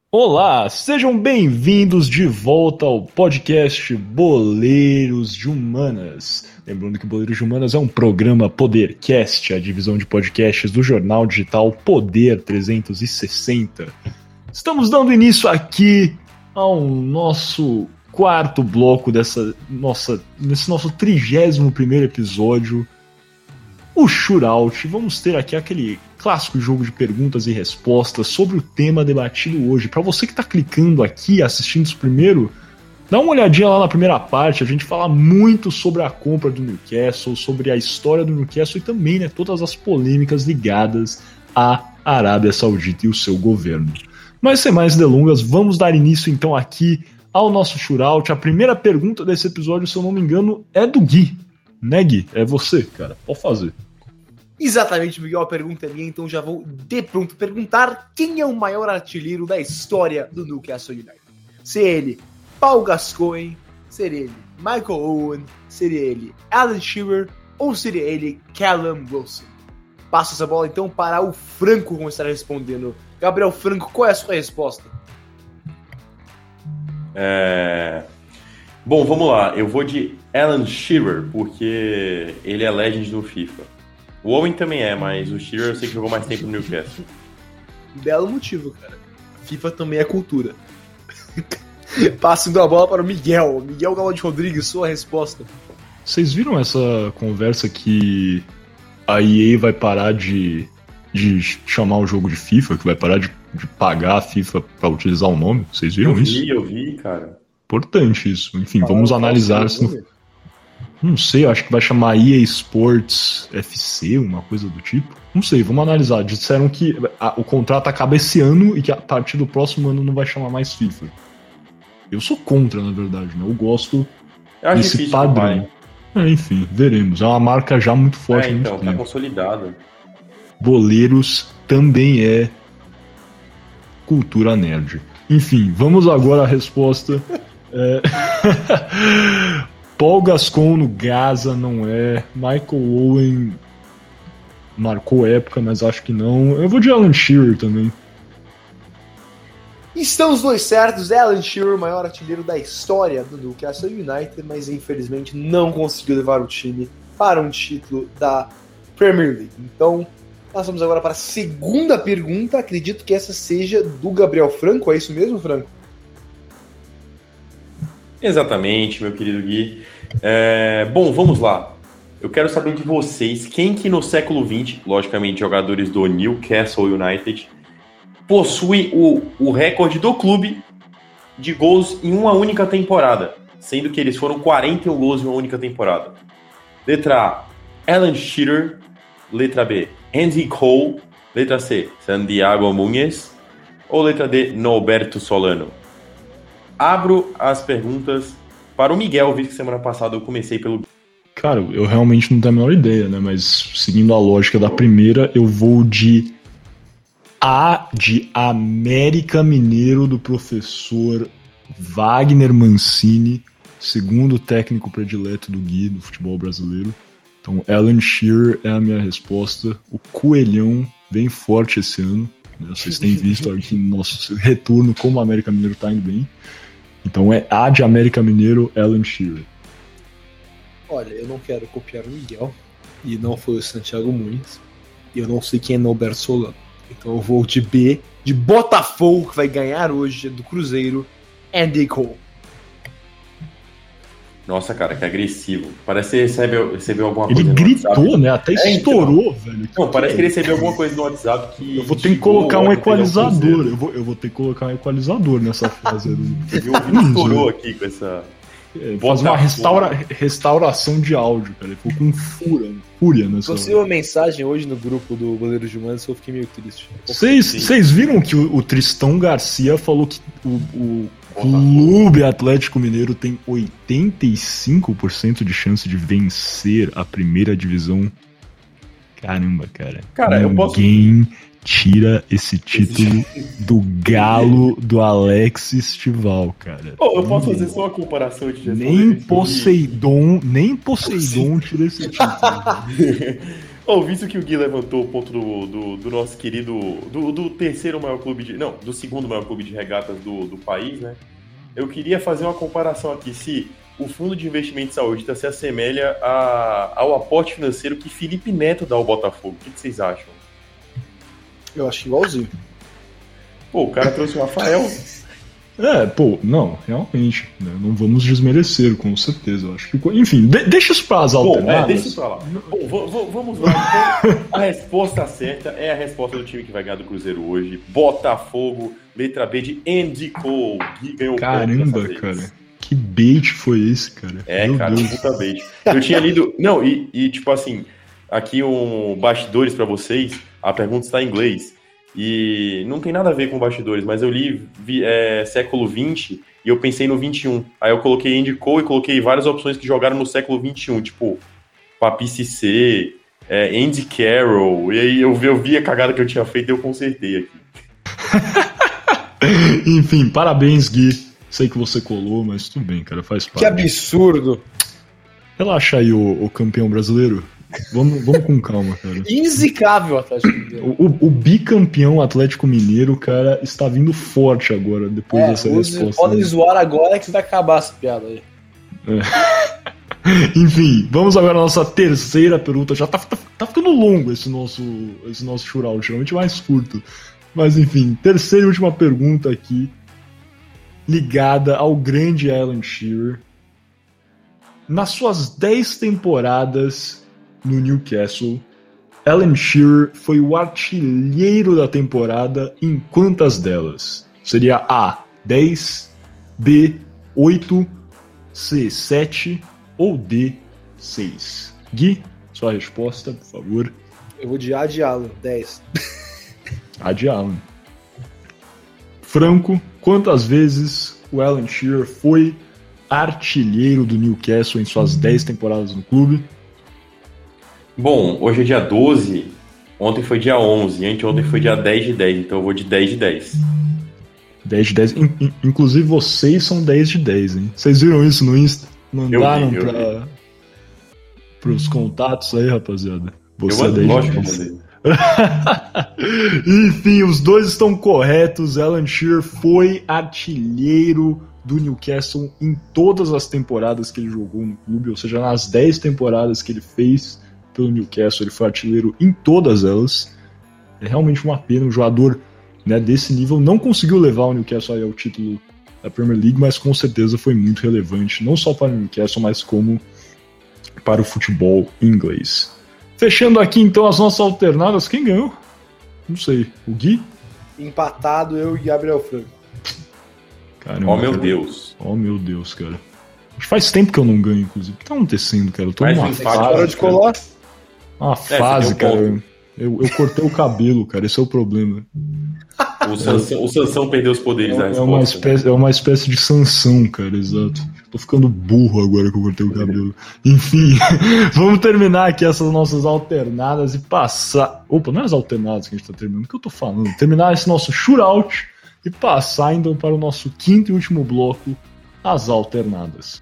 Olá, sejam bem-vindos de volta ao podcast Boleiros de Humanas. Lembrando que Boleiros de Humanas é um programa Podercast, a divisão de podcasts do jornal digital Poder 360. Estamos dando início aqui ao nosso quarto bloco nesse nosso 31º episódio, o Shootout. Vamos ter aqui aquele clássico jogo de perguntas e respostas sobre o tema debatido hoje. Para você que está clicando aqui, assistindo isso primeiro, dá uma olhadinha lá na primeira parte. A gente fala muito sobre a compra do Newcastle, sobre a história do Newcastle e também, todas as polêmicas ligadas à Arábia Saudita e o seu governo. Mas sem mais delongas, vamos dar início então aqui ao nosso Shootout. A primeira pergunta desse episódio, se eu não me engano, é do Gui. Né, Gui? É você, cara. Pode fazer. Exatamente, Miguel, a pergunta é minha, então já vou de pronto perguntar quem é o maior artilheiro da história do Newcastle United. Seria ele Paul Gascoigne, seria ele Michael Owen, seria ele Alan Shearer ou seria ele Callum Wilson? Passo essa bola então para o Franco começar respondendo. Gabriel Franco, qual é a sua resposta? Bom, vamos lá, eu vou de Alan Shearer, porque ele é legend do FIFA. O Owen também é, mas o Shearer eu sei que jogou mais tempo no Newcastle. Belo motivo, cara. FIFA também é cultura. Passando a bola para o Miguel. Miguel Galante Rodrigues, sua resposta. Vocês viram essa conversa que a EA vai parar de chamar o jogo de FIFA, que vai parar de pagar a FIFA para utilizar o nome? Vocês viram isso? Eu vi, cara. Importante isso. Enfim, vamos analisar. Não sei, eu acho que vai chamar EA Sports FC, uma coisa do tipo. Não sei, vamos analisar. Disseram que o contrato acaba esse ano e que a partir do próximo ano não vai chamar mais FIFA. Eu sou contra, na verdade, né? Eu gosto desse padrão. Enfim, veremos. É uma marca já muito forte. Então, tá consolidada. Boleiros também é cultura nerd. Enfim, vamos agora à resposta. Paul Gascoigne no Gaza não é. Michael Owen marcou época, mas acho que não. Eu vou de Alan Shearer também. Estão os dois certos. Alan Shearer, o maior artilheiro da história do Newcastle United, mas infelizmente não conseguiu levar o time para um título da Premier League. Então, nós vamos agora para a segunda pergunta. Acredito que essa seja do Gabriel Franco. É isso mesmo, Franco? Exatamente, meu querido Gui. Bom, vamos lá. Eu quero saber de vocês quem que no século XX, logicamente jogadores do Newcastle United, possui o recorde do clube de gols em uma única temporada, sendo que eles foram 41 gols em uma única temporada. Letra A, Alan Shearer. Letra B, Andy Cole. Letra C, Santiago Munez. Ou letra D, Norberto Solano? Abro as perguntas para o Miguel, visto que semana passada eu comecei pelo... Cara, eu realmente não tenho a menor ideia, né? Mas seguindo a lógica da primeira, eu vou de A de América Mineiro, do professor Wagner Mancini, segundo técnico predileto do Gui, do futebol brasileiro. Então, Alan Shearer é a minha resposta. O Coelhão vem forte esse ano. Vocês têm visto aqui no nosso retorno como o América Mineiro tá indo bem. Então é A de América Mineiro, Alan Shearer. Olha, eu não quero copiar o Miguel, e não foi o Santiago Muniz, e eu não sei quem é Norberto Solano. Então eu vou de B, de Botafogo, que vai ganhar hoje, do Cruzeiro, Andy Cole. Nossa, cara, que agressivo. Parece que recebeu alguma coisa. Ele gritou, WhatsApp. Né? Até estourou, velho. Não, parece que ele recebeu alguma coisa no WhatsApp que... Eu vou ter que colocar um equalizador. Eu vou ter que colocar um equalizador nessa fase. Ele estourou aqui com essa... Faz uma restauração de áudio, cara. Ele ficou com fúria nessa... Você uma mensagem hoje no grupo do Boleiros de Humanas, eu fiquei meio triste. Vocês viram que o Tristão Garcia falou que o Clube Atlético Mineiro tem 85% de chance de vencer a primeira divisão? Caramba, cara. Ninguém tira esse título do galo do Alex Estival, cara. Eu posso fazer só uma comparação de Nem Poseidon tira esse título. Visto que o Gui levantou o ponto do nosso querido... Do terceiro maior clube de... Não, do segundo maior clube de regatas do país, né? Eu queria fazer uma comparação aqui. Se o Fundo de Investimento Saudita se assemelha ao aporte financeiro que Felipe Neto dá ao Botafogo. O que vocês acham? Eu acho igualzinho. Pô, o cara trouxe o Rafael. Não, realmente, né? Não vamos desmerecer, com certeza. Eu acho que, enfim, deixa isso para as alternadas. Deixa isso pra lá. Bom, vamos lá. Então, a resposta certa é a resposta do time que vai ganhar do Cruzeiro hoje. Botafogo, letra B de Andy Cole. Gui ganhou. Caramba, cara. Que bait foi esse, cara? Meu Deus. Puta bait. Eu tinha lido... Não, e tipo assim, aqui bastidores para vocês, a pergunta está em inglês. E não tem nada a ver com bastidores, mas eu li século XX e eu pensei no XXI. Aí eu coloquei Andy Cole e coloquei várias opções que jogaram no século XXI, tipo Papi Cissé, Andy Carroll. E aí eu vi a cagada que eu tinha feito e eu consertei aqui. Enfim, parabéns, Gui. Sei que você colou, mas tudo bem, cara, faz parte. Que absurdo. Relaxa aí, o campeão brasileiro. Vamos com calma, cara. Inzicável Atlético Mineiro. O bicampeão Atlético Mineiro, cara, está vindo forte agora, depois dessa resposta. Podem zoar agora que vai acabar essa piada aí. Enfim, vamos agora à nossa terceira pergunta. Já tá ficando longo esse nosso shootout, geralmente mais curto. Mas enfim, terceira e última pergunta aqui, ligada ao grande Alan Shearer. Nas suas 10 temporadas no Newcastle, Alan Shearer foi o artilheiro da temporada em quantas delas? Seria A, 10, B, 8, C, 7 ou D, 6? Gui, sua resposta, por favor. Eu vou de A de Alan, 10. A de Alan. Franco, quantas vezes o Alan Shearer foi artilheiro do Newcastle em suas 10 temporadas no clube? Bom, hoje é dia 12, ontem foi dia 11, anteontem foi dia 10 de 10, então eu vou de 10 de 10. 10 de 10, inclusive vocês são 10 de 10, hein? Vocês viram isso no Insta? Mandaram pros contatos aí, rapaziada? Você é 10 de 10. Enfim, os dois estão corretos. Alan Shearer foi artilheiro do Newcastle em todas as temporadas que ele jogou no clube, ou seja, nas 10 temporadas que ele fez pelo Newcastle, ele foi artilheiro em todas elas. É realmente uma pena, um jogador, né, desse nível não conseguiu levar o Newcastle aí ao título da Premier League, mas com certeza foi muito relevante, não só para o Newcastle, mas como para o futebol inglês. Fechando aqui então as nossas alternadas, quem ganhou? Não sei, o Gui? Empatado, eu e Gabriel Franco. Caramba, oh meu Deus. Oh meu Deus, cara. Faz tempo que eu não ganho, inclusive. O que tá acontecendo, cara? Eu tô numa fase, de colar. Uma fase, cara. Eu cortei o cabelo, cara. Esse é o problema. O Sansão perdeu os poderes da resposta. É uma espécie de Sansão, cara, exato. Tô ficando burro agora que eu cortei o cabelo. Enfim, vamos terminar aqui essas nossas alternadas e passar... Opa, não é as alternadas que a gente tá terminando, o que eu tô falando? Terminar esse nosso shootout e passar então para o nosso quinto e último bloco, as alternadas.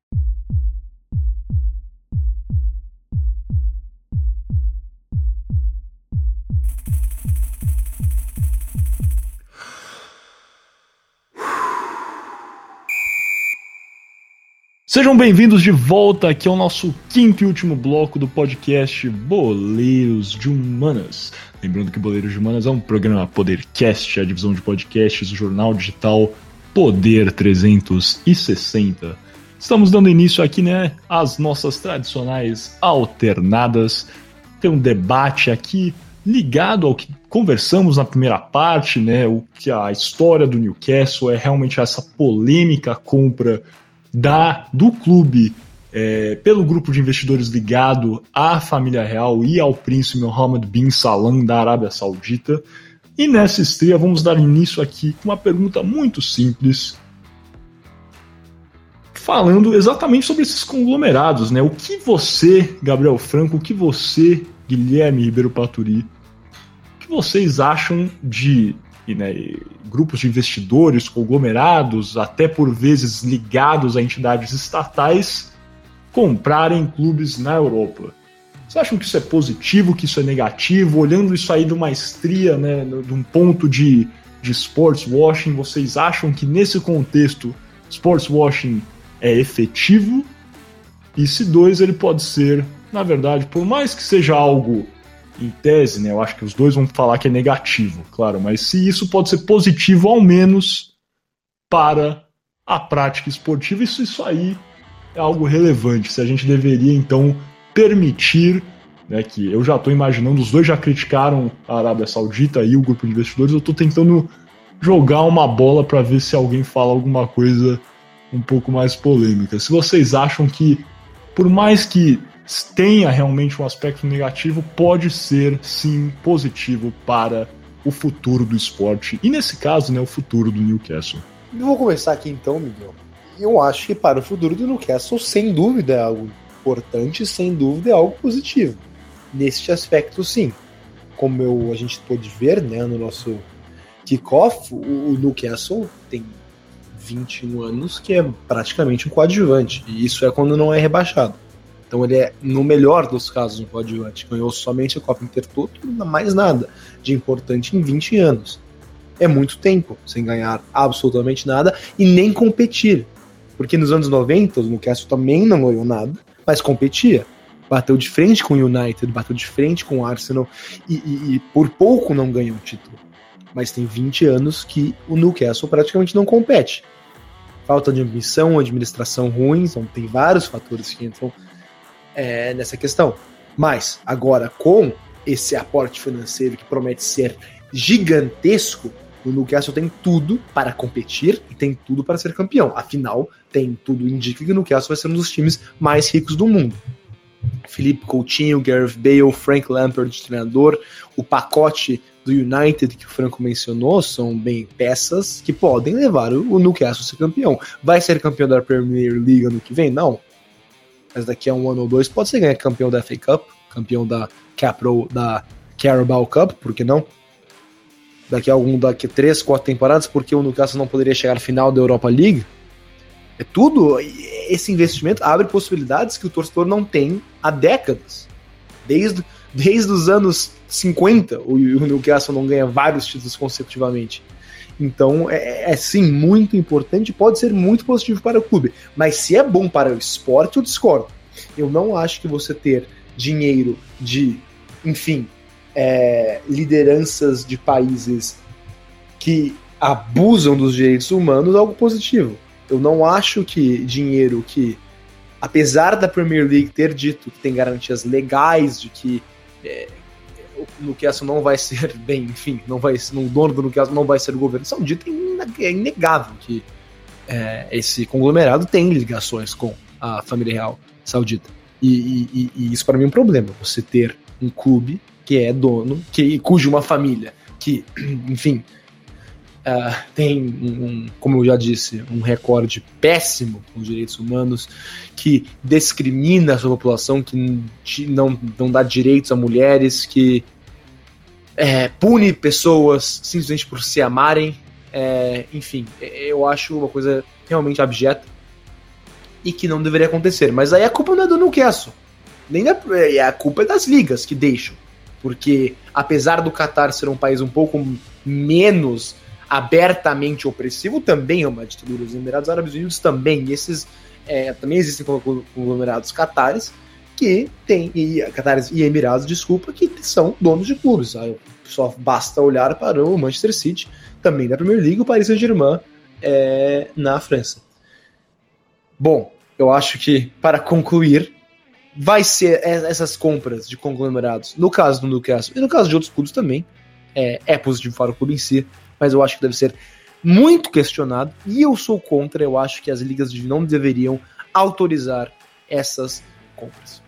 Sejam bem-vindos de volta aqui ao nosso quinto e último bloco do podcast Boleiros de Humanas. Lembrando que Boleiros de Humanas é um programa Podercast, a divisão de podcasts do jornal digital Poder 360. Estamos dando início aqui, né, às nossas tradicionais alternadas. Tem um debate aqui ligado ao que conversamos na primeira parte, né, o que a história do Newcastle é realmente essa polêmica compra do clube pelo grupo de investidores ligado à família real e ao príncipe Mohammed bin Salman da Arábia Saudita. E nessa estreia vamos dar início aqui com uma pergunta muito simples, falando exatamente sobre esses conglomerados, né? O que você, Gabriel Franco, o que você, Guilherme Ribeiro Paturi, o que vocês acham de grupos de investidores, conglomerados, até por vezes ligados a entidades estatais, comprarem clubes na Europa? Vocês acham que isso é positivo, que isso é negativo? Olhando isso aí de uma estria, né, de um ponto de sports washing, vocês acham que nesse contexto sports washing é efetivo? E se 2, ele pode ser, na verdade, por mais que seja algo em tese, né, eu acho que os dois vão falar que é negativo, claro, mas se isso pode ser positivo ao menos para a prática esportiva, isso aí é algo relevante. Se a gente deveria, então, permitir, né, que eu já estou imaginando, os dois já criticaram a Arábia Saudita e o grupo de investidores, eu estou tentando jogar uma bola para ver se alguém fala alguma coisa um pouco mais polêmica. Se vocês acham que, por mais que tenha realmente um aspecto negativo, pode ser, sim, positivo para o futuro do esporte, e nesse caso, né, o futuro do Newcastle. Eu vou começar aqui então, Miguel. Eu acho que para o futuro do Newcastle, sem dúvida, é algo importante, sem dúvida, é algo positivo. Neste aspecto, sim. Como a gente pôde ver, né, no nosso kickoff, o Newcastle tem 21 anos, que é praticamente um coadjuvante. E isso é quando não é rebaixado. Então ele é, no melhor dos casos, um coadjuvante. Ganhou somente a Copa Intertoto, mais nada de importante em 20 anos. É muito tempo sem ganhar absolutamente nada e nem competir. Porque nos anos 90, o Newcastle também não ganhou nada, mas competia. Bateu de frente com o United, bateu de frente com o Arsenal e por pouco não ganhou o título. Mas tem 20 anos que o Newcastle praticamente não compete. Falta de ambição, administração ruim, então tem vários fatores que entram nessa questão. Mas, agora, com esse aporte financeiro que promete ser gigantesco, o Newcastle tem tudo para competir e tem tudo para ser campeão. Afinal, tem tudo indica que o Newcastle vai ser um dos times mais ricos do mundo. Felipe Coutinho, Gareth Bale, Frank Lampard de treinador, o pacote do United que o Franco mencionou são bem peças que podem levar o Newcastle a ser campeão. Vai ser campeão da Premier League ano que vem? Não. Mas daqui a um ano ou dois pode ser ganhar campeão da FA Cup, campeão da Carabao Cup, por que não? Daqui a 3, 4 temporadas, porque o Newcastle não poderia chegar à final da Europa League. É tudo, esse investimento abre possibilidades que o torcedor não tem há décadas. Desde os anos 50, o Newcastle não ganha vários títulos consecutivamente. Então, sim, muito importante, pode ser muito positivo para o clube. Mas se é bom para o esporte, eu discordo. Eu não acho que você ter dinheiro de, enfim, lideranças de países que abusam dos direitos humanos é algo positivo. Eu não acho que dinheiro que, apesar da Premier League ter dito que tem garantias legais de que o Newcastle não vai ser bem, enfim, o dono do Newcastle não vai ser o governo saudita, é inegável que esse conglomerado tem ligações com a família real saudita. E isso para mim é um problema, você ter um clube que é dono, cuja uma família que, enfim, tem, como eu já disse, um recorde péssimo com os direitos humanos, que discrimina a sua população, que não dá direitos a mulheres, que pune pessoas simplesmente por se amarem. Enfim, eu acho uma coisa realmente abjeta e que não deveria acontecer. Mas aí a culpa não é do Newcastle, a culpa é das ligas que deixam. Porque apesar do Qatar ser um país um pouco menos abertamente opressivo, também é uma ditadura. Os Emirados Árabes Unidos também, também existem conglomerados catares que tem, Catares e Emirados, desculpa, que são donos de clubes. Só basta olhar para o Manchester City, também da Premier League, o Paris Saint-Germain na França. Bom, eu acho que, para concluir, vai ser essas compras de conglomerados, no caso do Newcastle e no caso de outros clubes também, é positivo para o clube em si, mas eu acho que deve ser muito questionado, e eu sou contra. Eu acho que as ligas não deveriam autorizar essas compras.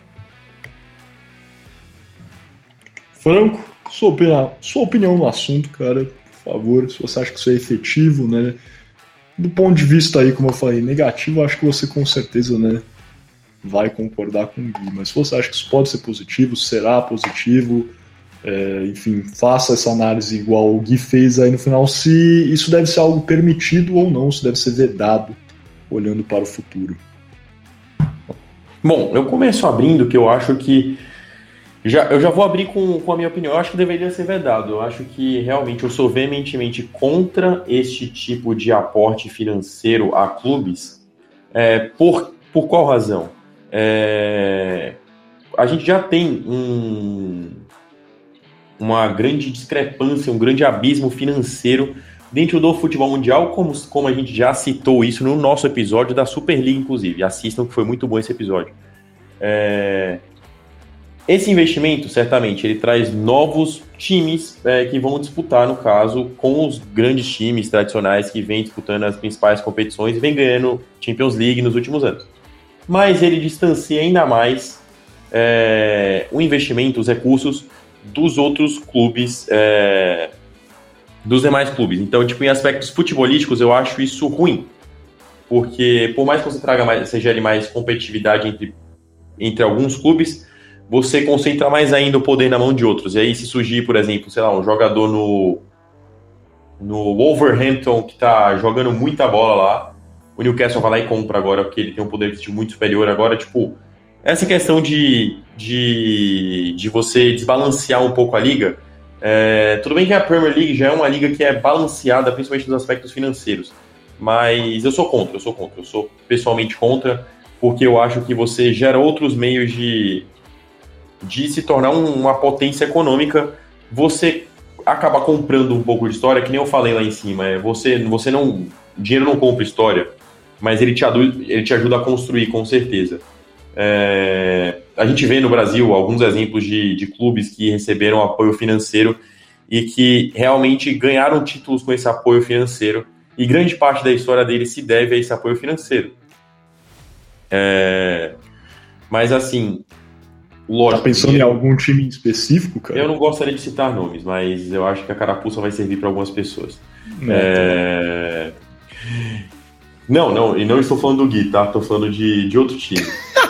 Franco, sua opinião no assunto, cara, por favor, se você acha que isso é efetivo, né? Do ponto de vista aí, como eu falei, negativo, acho que você com certeza, né, vai concordar com o Gui, mas se você acha que isso pode ser positivo, será positivo, enfim, faça essa análise igual o Gui fez aí no final, se isso deve ser algo permitido ou não, se deve ser vedado, olhando para o futuro. Bom, eu começo abrindo que eu acho que Eu já vou abrir com a minha opinião. Eu acho que deveria ser vedado. Eu acho que realmente eu sou veementemente contra este tipo de aporte financeiro a clubes. Por qual razão? A gente já tem uma grande discrepância, um grande abismo financeiro dentro do futebol mundial, como a gente já citou isso no nosso episódio da Superliga, inclusive. Assistam, que foi muito bom esse episódio. Esse investimento, certamente, ele traz novos times que vão disputar, no caso, com os grandes times tradicionais que vêm disputando as principais competições e vêm ganhando Champions League nos últimos anos. Mas ele distancia ainda mais o investimento, os recursos dos outros clubes, dos demais clubes. Então, tipo, em aspectos futebolísticos, eu acho isso ruim. Porque, por mais que você gere mais competitividade entre alguns clubes, você concentra mais ainda o poder na mão de outros. E aí, se surgir, por exemplo, sei lá, um jogador no Wolverhampton que tá jogando muita bola lá, o Newcastle vai lá e compra agora, porque ele tem um poder aquisitivo muito superior agora, tipo, essa questão de você desbalancear um pouco a liga, tudo bem que a Premier League já é uma liga que é balanceada, principalmente nos aspectos financeiros, mas eu sou pessoalmente contra, porque eu acho que você gera outros meios de se tornar uma potência econômica. Você acaba comprando um pouco de história, que nem eu falei lá em cima, o dinheiro não compra história, mas ele te ajuda a construir, com certeza. A gente vê no Brasil alguns exemplos de clubes que receberam apoio financeiro e que realmente ganharam títulos com esse apoio financeiro, e grande parte da história deles se deve a esse apoio financeiro. Mas assim, lógico... Tá pensando em algum time em específico, cara? Eu não gostaria de citar nomes, mas eu acho que a carapuça vai servir para algumas pessoas. Não, e não estou falando do Gui, tá? Estou falando de outro time.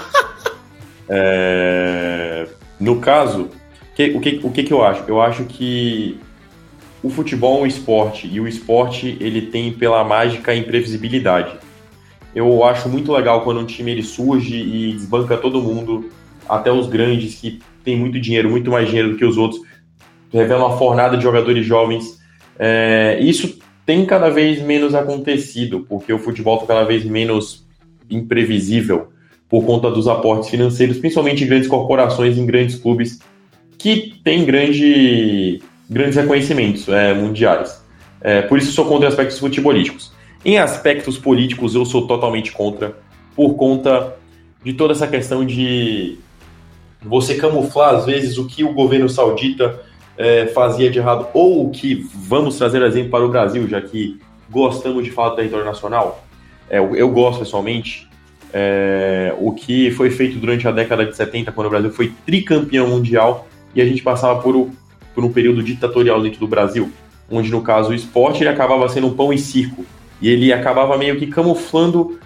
No caso, o que eu acho? Eu acho que o futebol é um esporte, e o esporte ele tem pela mágica a imprevisibilidade. Eu acho muito legal quando um time ele surge e desbanca todo mundo, até os grandes que têm muito dinheiro, muito mais dinheiro do que os outros, revela uma fornada de jogadores jovens. Isso tem cada vez menos acontecido, porque o futebol está cada vez menos imprevisível por conta dos aportes financeiros, principalmente em grandes corporações, em grandes clubes, que têm grandes reconhecimentos mundiais. Por isso eu sou contra aspectos futebolísticos. Em aspectos políticos eu sou totalmente contra, por conta de toda essa questão de você camuflar, às vezes, o que o governo saudita fazia de errado, ou o que, vamos trazer exemplo para o Brasil, já que gostamos de falar do território nacional. Eu gosto, pessoalmente, o que foi feito durante a década de 70, quando o Brasil foi tricampeão mundial, e a gente passava por um período ditatorial dentro do Brasil, onde, no caso, o esporte ele acabava sendo um pão e circo, e ele acabava meio que camuflando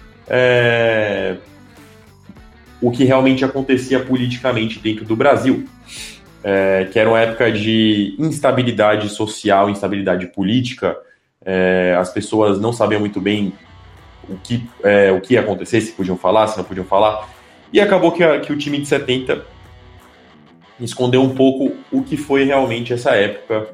o que realmente acontecia politicamente dentro do Brasil, que era uma época de instabilidade social, instabilidade política. As pessoas não sabiam muito bem o que ia acontecer, se podiam falar, se não podiam falar, e acabou que o time de 70 escondeu um pouco o que foi realmente essa época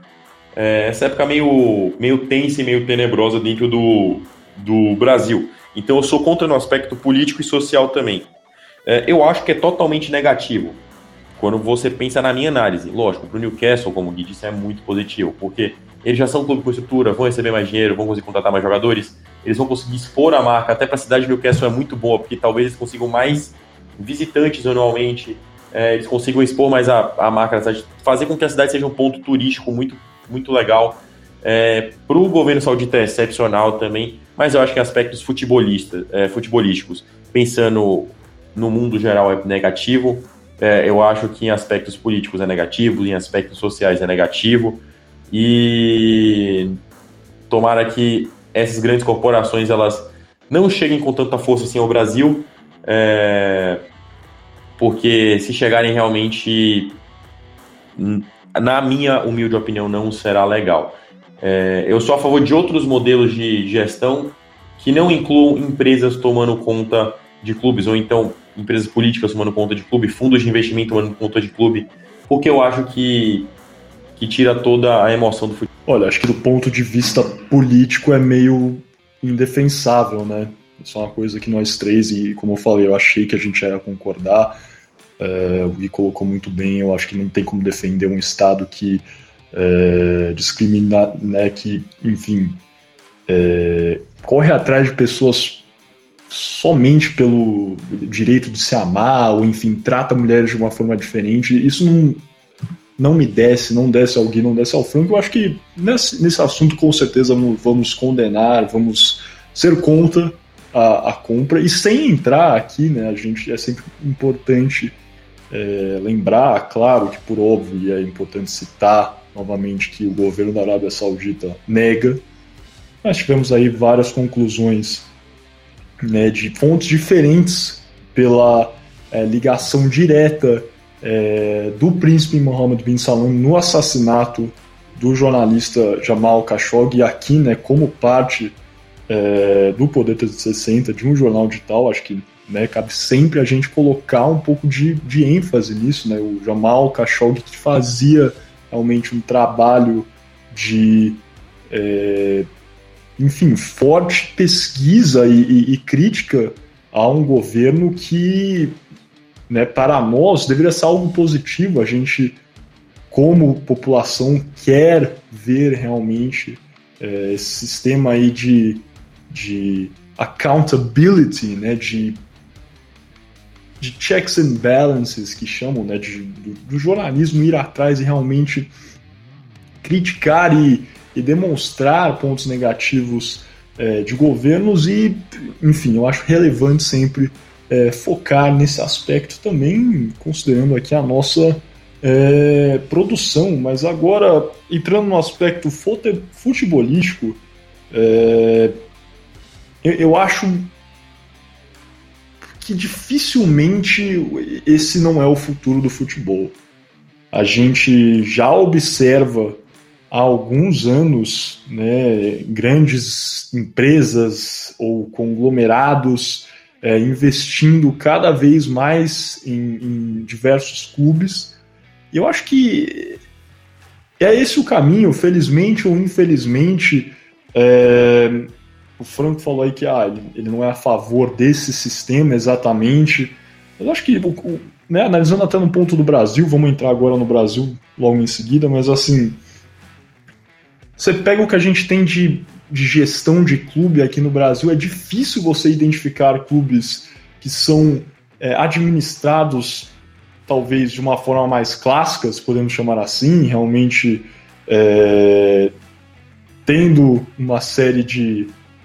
meio tensa e meio tenebrosa dentro do Brasil. Então eu sou contra no aspecto político e social também. Eu acho que é totalmente negativo quando você pensa na minha análise. Lógico, para o Newcastle, como o Gui disse, é muito positivo, porque eles já são um clube com estrutura, vão receber mais dinheiro, vão conseguir contratar mais jogadores, eles vão conseguir expor a marca, até para a cidade de Newcastle é muito boa, porque talvez eles consigam mais visitantes anualmente, eles consigam expor mais a marca da cidade, fazer com que a cidade seja um ponto turístico muito, muito legal. Para o governo saudita é excepcional também, mas eu acho que em aspectos futebolísticos, pensando no mundo geral, é negativo. Eu acho que em aspectos políticos é negativo, em aspectos sociais é negativo, e tomara que essas grandes corporações elas não cheguem com tanta força assim ao Brasil, porque se chegarem realmente, na minha humilde opinião, não será legal. Eu sou a favor de outros modelos de gestão que não incluam empresas tomando conta de clubes, ou então empresas políticas tomando conta de clube, fundos de investimento tomando conta de clube, porque eu acho que tira toda a emoção do futebol. Olha, acho que do ponto de vista político é meio indefensável, né? Isso é uma coisa que nós três, e como eu falei, eu achei que a gente ia concordar, o Gui colocou muito bem, eu acho que não tem como defender um Estado que discrimina, né, que, enfim, corre atrás de pessoas somente pelo direito de se amar, ou enfim, trata mulheres de uma forma diferente. Isso não me desce, não desce ao Gui, não desce ao Franco. Eu acho que nesse assunto com certeza vamos condenar, vamos ser contra a compra, e sem entrar aqui, né, a gente é sempre importante lembrar, claro que por óbvio, e é importante citar novamente que o governo da Arábia Saudita nega. Nós tivemos aí várias conclusões, né, de fontes diferentes pela ligação direta do príncipe Mohammed bin Salman no assassinato do jornalista Jamal Khashoggi aqui, né, como parte do Poder 360 de um jornal digital. Acho que, né, cabe sempre a gente colocar um pouco de ênfase nisso, né? O Jamal Khashoggi, que fazia realmente um trabalho de enfim, forte pesquisa e crítica a um governo que, né, para nós deveria ser algo positivo. A gente, como população, quer ver realmente esse sistema aí de accountability, né, de checks and balances, que chamam, né, do jornalismo ir atrás e realmente criticar e demonstrar pontos negativos de governos. E, enfim, eu acho relevante sempre focar nesse aspecto também, considerando aqui a nossa produção. Mas agora, entrando no aspecto futebolístico, eu acho que dificilmente esse não é o futuro do futebol. A gente já observa há alguns anos, né, grandes empresas ou conglomerados investindo cada vez mais em diversos clubes. E eu acho que é esse o caminho, felizmente ou infelizmente. O Franco falou aí que ele não é a favor desse sistema exatamente. Eu acho que, né, analisando até no ponto do Brasil, vamos entrar agora no Brasil logo em seguida, mas assim, você pega o que a gente tem de gestão de clube aqui no Brasil, é difícil você identificar clubes que são administrados talvez de uma forma mais clássica, se podemos chamar assim, realmente tendo uma série de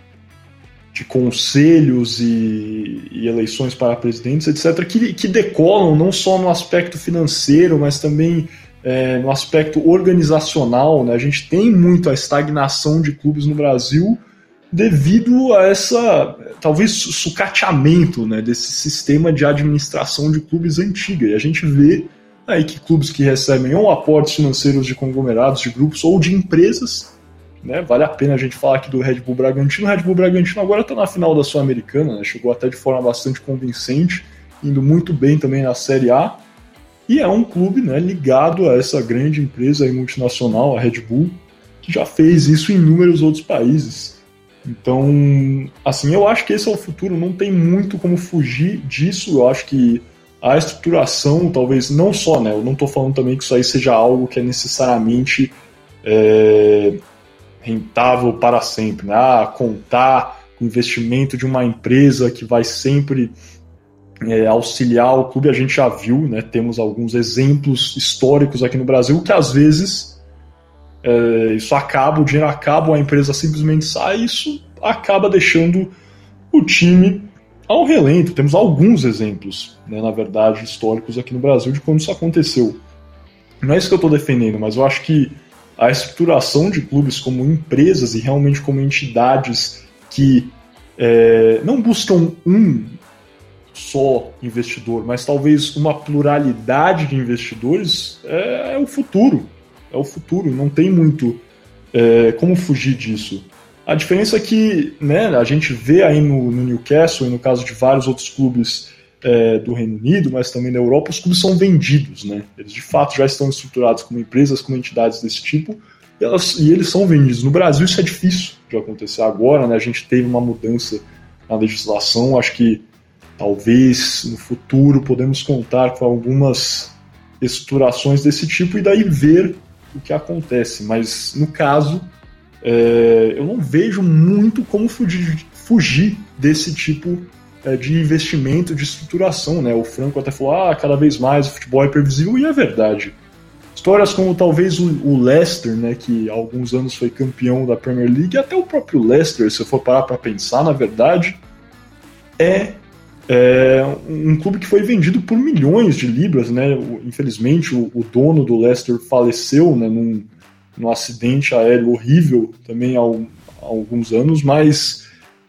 conselhos e eleições para presidentes, etc., que decolam não só no aspecto financeiro, mas também no aspecto organizacional, né? A gente tem muito a estagnação de clubes no Brasil devido a essa, talvez, sucateamento, né, desse sistema de administração de clubes antiga. E a gente vê aí que clubes que recebem ou aportes financeiros de conglomerados, de grupos ou de empresas, né, vale a pena a gente falar aqui do Red Bull Bragantino. O Red Bull Bragantino agora está na final da Sul-Americana, né, chegou até de forma bastante convincente, indo muito bem também na Série A. E é um clube, né, ligado a essa grande empresa aí multinacional, a Red Bull, que já fez isso em inúmeros outros países. Então, assim, eu acho que esse é o futuro, não tem muito como fugir disso. Eu acho que a estruturação, talvez, não só, né, eu não estou falando também que isso aí seja algo que é necessariamente rentável para sempre, né? Contar com o investimento de uma empresa que vai sempre auxiliar o clube. A gente já viu, né, temos alguns exemplos históricos aqui no Brasil que às vezes isso acaba, o dinheiro acaba, a empresa simplesmente sai, e isso acaba deixando o time ao relento. Temos alguns exemplos, né, na verdade, históricos aqui no Brasil de quando isso aconteceu. Não é isso que eu estou defendendo, mas eu acho que a estruturação de clubes como empresas e realmente como entidades que não buscam um só investidor, mas talvez uma pluralidade de investidores, é o futuro. É o futuro, não tem muito como fugir disso. A diferença é que, né, a gente vê aí no Newcastle e no caso de vários outros clubes do Reino Unido, mas também da Europa, os clubes são vendidos, né? Eles de fato já estão estruturados como empresas, como entidades desse tipo, e eles são vendidos. No Brasil isso é difícil de acontecer agora, né? A gente teve uma mudança na legislação, acho que talvez no futuro podemos contar com algumas estruturações desse tipo e daí ver o que acontece, mas no caso eu não vejo muito como fugir desse tipo de investimento, de estruturação, né? O Franco até falou, cada vez mais o futebol é previsível, e é verdade. Histórias como talvez o Leicester, né, que há alguns anos foi campeão da Premier League, até o próprio Leicester, se eu for parar para pensar, na verdade, um clube que foi vendido por milhões de libras, né? Infelizmente o dono do Leicester faleceu, né, num acidente aéreo horrível também há alguns anos, mas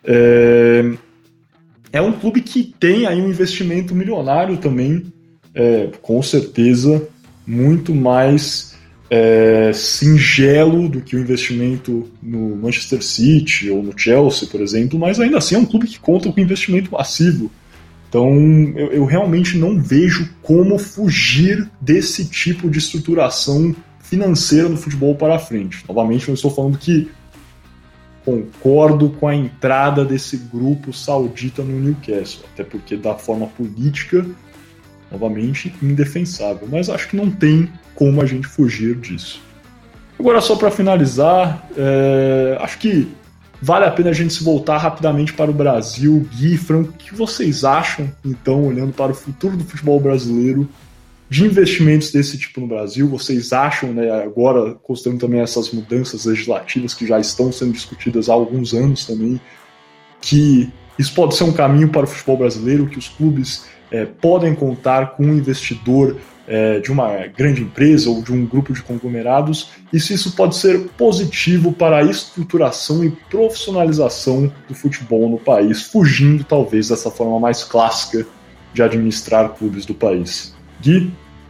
é um clube que tem aí um investimento milionário também, com certeza muito mais singelo do que o investimento no Manchester City ou no Chelsea, por exemplo, mas ainda assim é um clube que conta com investimento massivo. Então eu realmente não vejo como fugir desse tipo de estruturação financeira do futebol para frente. Novamente, eu estou falando que concordo com a entrada desse grupo saudita no Newcastle, até porque da forma política, novamente, indefensável, mas acho que não tem como a gente fugir disso. Agora, só para finalizar, acho que vale a pena a gente se voltar rapidamente para o Brasil. Gui, Franco, o que vocês acham, então, olhando para o futuro do futebol brasileiro, de investimentos desse tipo no Brasil? Vocês acham, né, agora, considerando também essas mudanças legislativas que já estão sendo discutidas há alguns anos também, que isso pode ser um caminho para o futebol brasileiro, que os clubes podem contar com um investidor de uma grande empresa ou de um grupo de conglomerados, e se isso pode ser positivo para a estruturação e profissionalização do futebol no país, fugindo talvez dessa forma mais clássica de administrar clubes do país. Gui?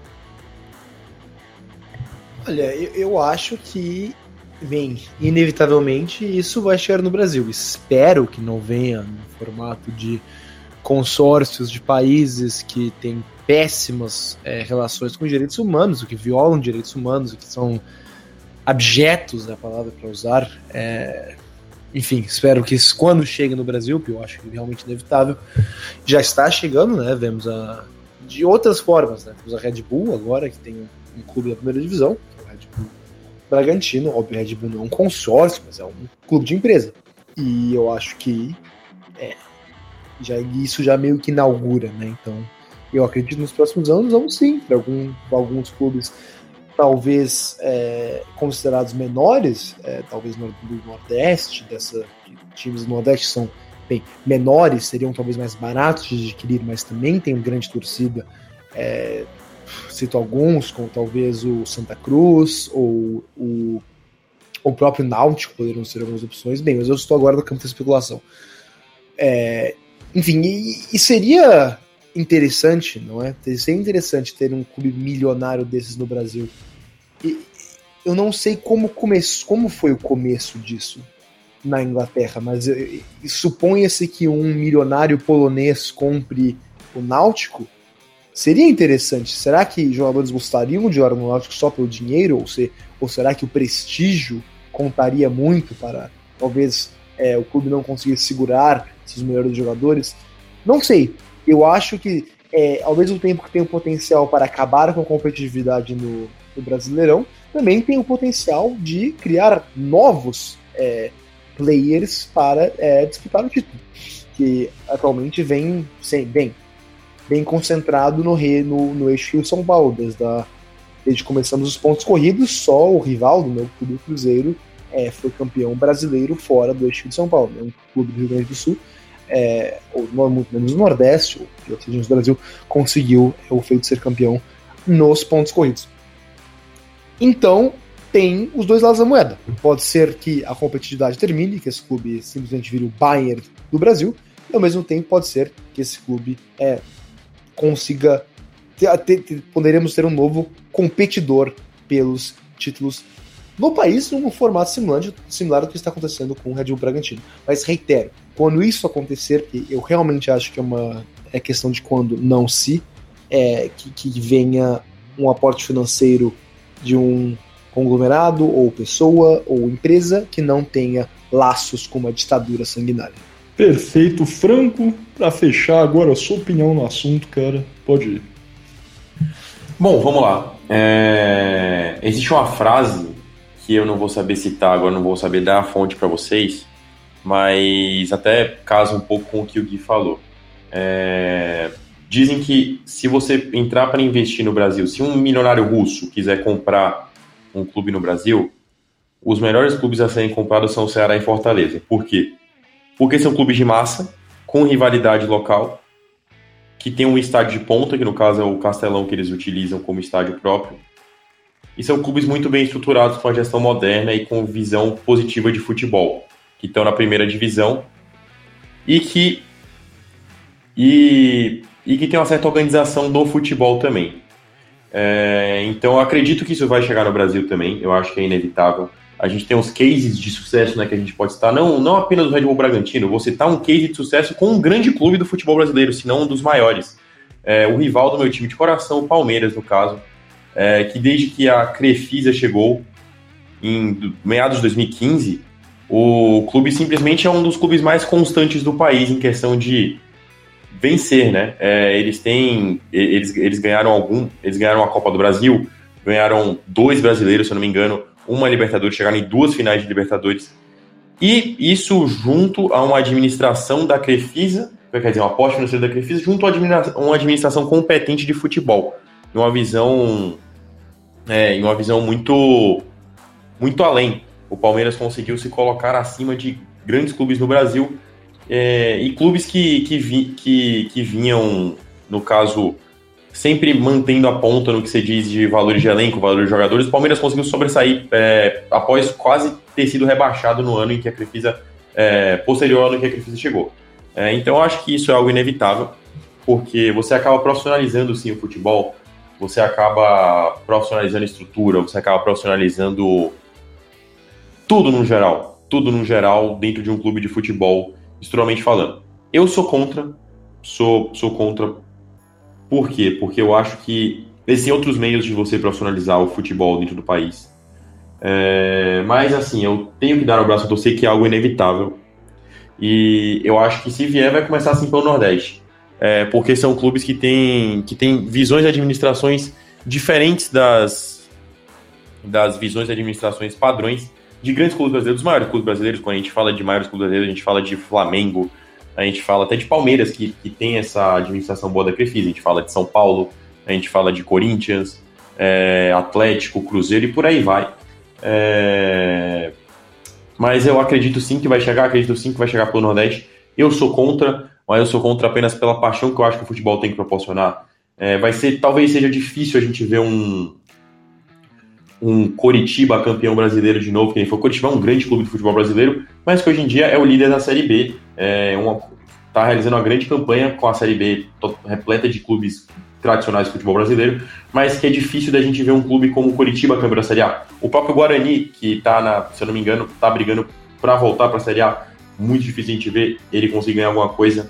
Olha, eu acho que, inevitavelmente isso vai chegar no Brasil. Espero que não venha no formato de consórcios de países que têm péssimas relações com direitos humanos, o que violam direitos humanos, o que são abjetos, é a palavra para usar. Enfim, espero que isso, quando chegue no Brasil, que eu acho que é realmente inevitável, já está chegando, né? Vemos de outras formas, né? Temos a Red Bull agora, que tem um clube da primeira divisão, que é o Red Bull Bragantino. Óbvio, o Red Bull não é um consórcio, mas é um clube de empresa. E eu acho que isso já meio que inaugura, né? Então, eu acredito que nos próximos anos vamos sim, para alguns clubes talvez considerados menores, talvez do Nordeste, times do Nordeste são bem menores, seriam talvez mais baratos de adquirir, mas também tem uma grande torcida. Cito alguns, como talvez o Santa Cruz ou o próprio Náutico, poderiam ser algumas opções. Bem, mas eu estou agora no campo da especulação. Enfim, e seria interessante, não é? Seria interessante ter um clube milionário desses no Brasil. E eu não sei como foi o começo disso na Inglaterra, mas suponha-se que um milionário polonês compre o Náutico. Seria interessante. Será que jogadores gostariam de jogar no Náutico só pelo dinheiro? Ou será que o prestígio contaria muito para talvez o clube não conseguir segurar esses melhores jogadores? Não sei. Eu acho que, ao mesmo tempo que tem o potencial para acabar com a competitividade no Brasileirão, também tem o potencial de criar novos players para disputar o título, que atualmente vem bem concentrado no eixo Rio-São Paulo. Desde que começamos os pontos corridos, só o rival do meu clube, o Cruzeiro, foi campeão brasileiro fora do eixo de São Paulo. Um clube do Rio Grande do Sul, ou muito menos no Nordeste, ou em outras regiões do Brasil, conseguiu o feito de ser campeão nos pontos corridos. Então, tem os dois lados da moeda. Pode ser que a competitividade termine, que esse clube simplesmente vire o Bayern do Brasil, e ao mesmo tempo pode ser que esse clube consiga poderemos ter um novo competidor pelos títulos no país, num formato similar ao que está acontecendo com o Red Bull Bragantino. Mas reitero, quando isso acontecer, que eu realmente acho que é uma é questão de quando, não se, que venha um aporte financeiro de um conglomerado, ou pessoa, ou empresa que não tenha laços com uma ditadura sanguinária. Perfeito, Franco. Para fechar agora a sua opinião no assunto, cara, pode ir. Bom, vamos lá. Existe uma frase que eu não vou saber citar agora, não vou saber dar a fonte para vocês, mas até casa um pouco com o que o Gui falou. Dizem que se você entrar para investir no Brasil, se um milionário russo quiser comprar um clube no Brasil, os melhores clubes a serem comprados são o Ceará e Fortaleza. Por quê? Porque são clubes de massa, com rivalidade local, que tem um estádio de ponta, que no caso é o Castelão que eles utilizam como estádio próprio, e são clubes muito bem estruturados, com a gestão moderna e com visão positiva de futebol, que estão na primeira divisão e que tem uma certa organização do futebol também. Então eu acredito que isso vai chegar no Brasil também, eu acho que é inevitável. A gente tem uns cases de sucesso, né, que a gente pode citar, não apenas o Red Bull Bragantino, vou citar um case de sucesso com um grande clube do futebol brasileiro, se não um dos maiores. O rival do meu time de coração, o Palmeiras, no caso, que desde que a Crefisa chegou, em meados de 2015, o clube simplesmente é um dos clubes mais constantes do país em questão de vencer, né? Eles ganharam a Copa do Brasil, ganharam 2 brasileiros, se eu não me engano, uma Libertadores, chegaram em 2 finais de Libertadores, e isso junto a uma administração da Crefisa, quer dizer, um aporte financeiro da Crefisa, junto a uma administração competente de futebol, em uma visão muito, muito além. O Palmeiras conseguiu se colocar acima de grandes clubes no Brasil, e clubes que vinham, no caso, sempre mantendo a ponta no que se diz de valores de elenco, valores de jogadores. O Palmeiras conseguiu sobressair após quase ter sido rebaixado no ano em que a Crefisa, posterior ao ano em que a Crefisa chegou. Então eu acho que isso é algo inevitável, porque você acaba profissionalizando sim o futebol, você acaba profissionalizando a estrutura, você acaba profissionalizando tudo no geral dentro de um clube de futebol, estruturalmente falando. Eu sou contra, por quê? Porque eu acho que existem outros meios de você profissionalizar o futebol dentro do país. Mas assim, eu tenho que dar o braço a torcer, que é algo inevitável. E eu acho que se vier, vai começar assim pelo Nordeste. Porque são clubes que têm visões de administrações diferentes das visões de administrações padrões de grandes clubes brasileiros, dos maiores clubes brasileiros. Quando a gente fala de maiores clubes brasileiros, a gente fala de Flamengo, a gente fala até de Palmeiras, que tem essa administração boa da Crefisa, a gente fala de São Paulo, a gente fala de Corinthians, Atlético, Cruzeiro e por aí vai. Mas eu acredito sim que vai chegar, pelo Nordeste. Eu sou contra, mas eu sou contra apenas pela paixão que eu acho que o futebol tem que proporcionar. Talvez seja difícil a gente ver um Coritiba campeão brasileiro de novo, que nem foi. O Coritiba é um grande clube de futebol brasileiro, mas que hoje em dia é o líder da Série B. Está realizando uma grande campanha com a Série B repleta de clubes tradicionais do futebol brasileiro, mas que é difícil da gente ver um clube como o Coritiba campeão da Série A. O próprio Guarani, que está, se eu não me engano, está brigando para voltar para a Série A, muito difícil a gente ver ele conseguir ganhar alguma coisa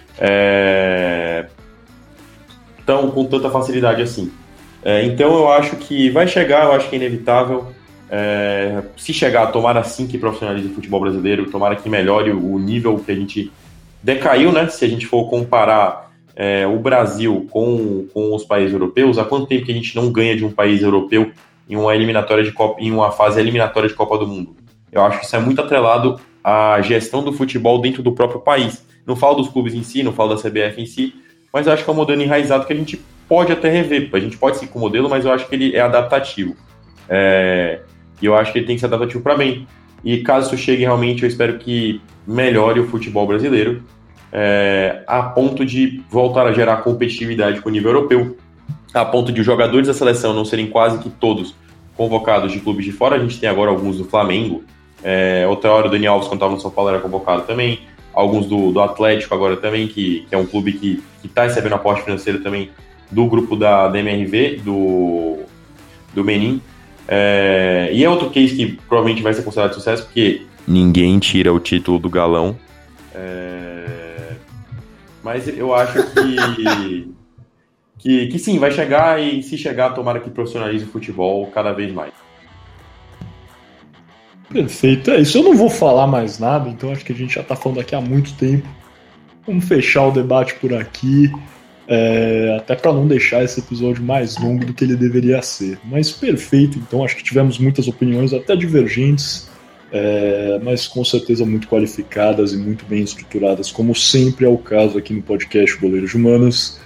com tanta facilidade assim. Então eu acho que vai chegar, eu acho que é inevitável. Se chegar, tomara sim que profissionalize o futebol brasileiro, tomara que melhore o nível que a gente decaiu, né? Se a gente for comparar o Brasil com os países europeus, há quanto tempo que a gente não ganha de um país europeu em uma eliminatória de Copa, em uma fase eliminatória de Copa do Mundo? Eu acho que isso é muito atrelado à gestão do futebol dentro do próprio país. Não falo dos clubes em si, não falo da CBF em si, mas eu acho que é um modelo enraizado que a gente pode até rever. A gente pode seguir com o modelo, mas eu acho que ele é adaptativo. E eu acho que ele tem que ser adaptativo para bem. E caso isso chegue realmente, eu espero que melhore o futebol brasileiro, a ponto de voltar a gerar competitividade com o nível europeu, a ponto de os jogadores da seleção não serem quase que todos convocados de clubes de fora. A gente tem agora alguns do Flamengo, outra hora o Dani Alves, quando estava no São Paulo, era convocado também, alguns do Atlético agora também, que é um clube que está recebendo aporte financeiro também do grupo da MRV, do Menin. E é outro case que provavelmente vai ser considerado sucesso, porque ninguém tira o título do Galão. Mas eu acho que sim, vai chegar e se chegar, tomara que profissionalize o futebol cada vez mais. Perfeito, é isso. Eu não vou falar mais nada, então acho que a gente já está falando aqui há muito tempo. Vamos fechar o debate por aqui, até para não deixar esse episódio mais longo do que ele deveria ser. Mas perfeito, então acho que tivemos muitas opiniões, até divergentes, mas com certeza muito qualificadas e muito bem estruturadas, como sempre é o caso aqui no podcast Boleiros de Humanas.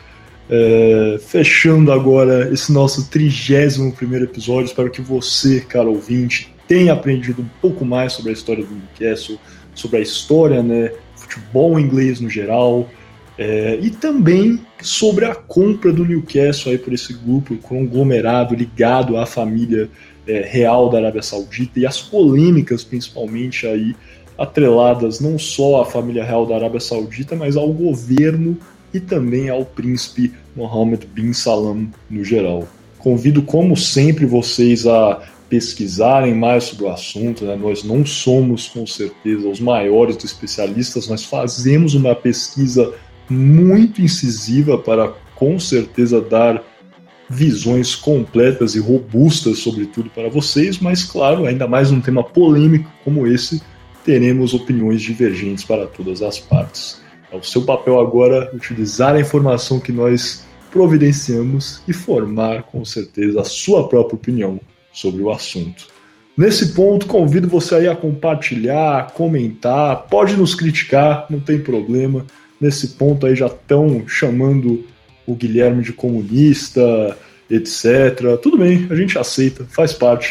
Fechando agora esse nosso 31º episódio, espero que você, caro ouvinte, tenha aprendido um pouco mais sobre a história do Newcastle, sobre a história, né, futebol inglês no geral, e também sobre a compra do Newcastle aí por esse grupo conglomerado ligado à família real da Arábia Saudita e as polêmicas principalmente aí atreladas não só à família real da Arábia Saudita, mas ao governo e também ao príncipe Mohammed bin Salman no geral. Convido, como sempre, vocês a pesquisarem mais sobre o assunto, né? Nós não somos, com certeza, os maiores dos especialistas, nós fazemos uma pesquisa muito incisiva para, com certeza, dar visões completas e robustas sobre tudo para vocês, mas, claro, ainda mais num tema polêmico como esse, teremos opiniões divergentes para todas as partes. É o seu papel agora utilizar a informação que nós providenciamos e formar, com certeza, a sua própria opinião sobre o assunto. Nesse ponto, convido você aí a compartilhar, comentar, pode nos criticar, não tem problema. Nesse ponto aí já estão chamando o Guilherme de comunista, etc. Tudo bem, a gente aceita, faz parte.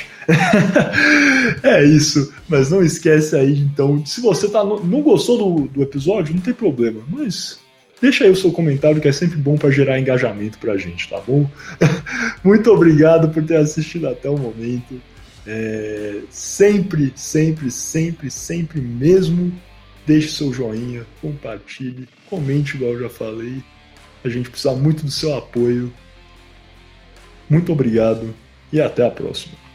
É isso, mas não esquece aí, então, se você não gostou do episódio, não tem problema, mas deixa aí o seu comentário, que é sempre bom para gerar engajamento pra gente, tá bom? Muito obrigado por ter assistido até o momento. Sempre mesmo, deixe seu joinha, compartilhe, comente igual eu já falei. A gente precisa muito do seu apoio. Muito obrigado e até a próxima.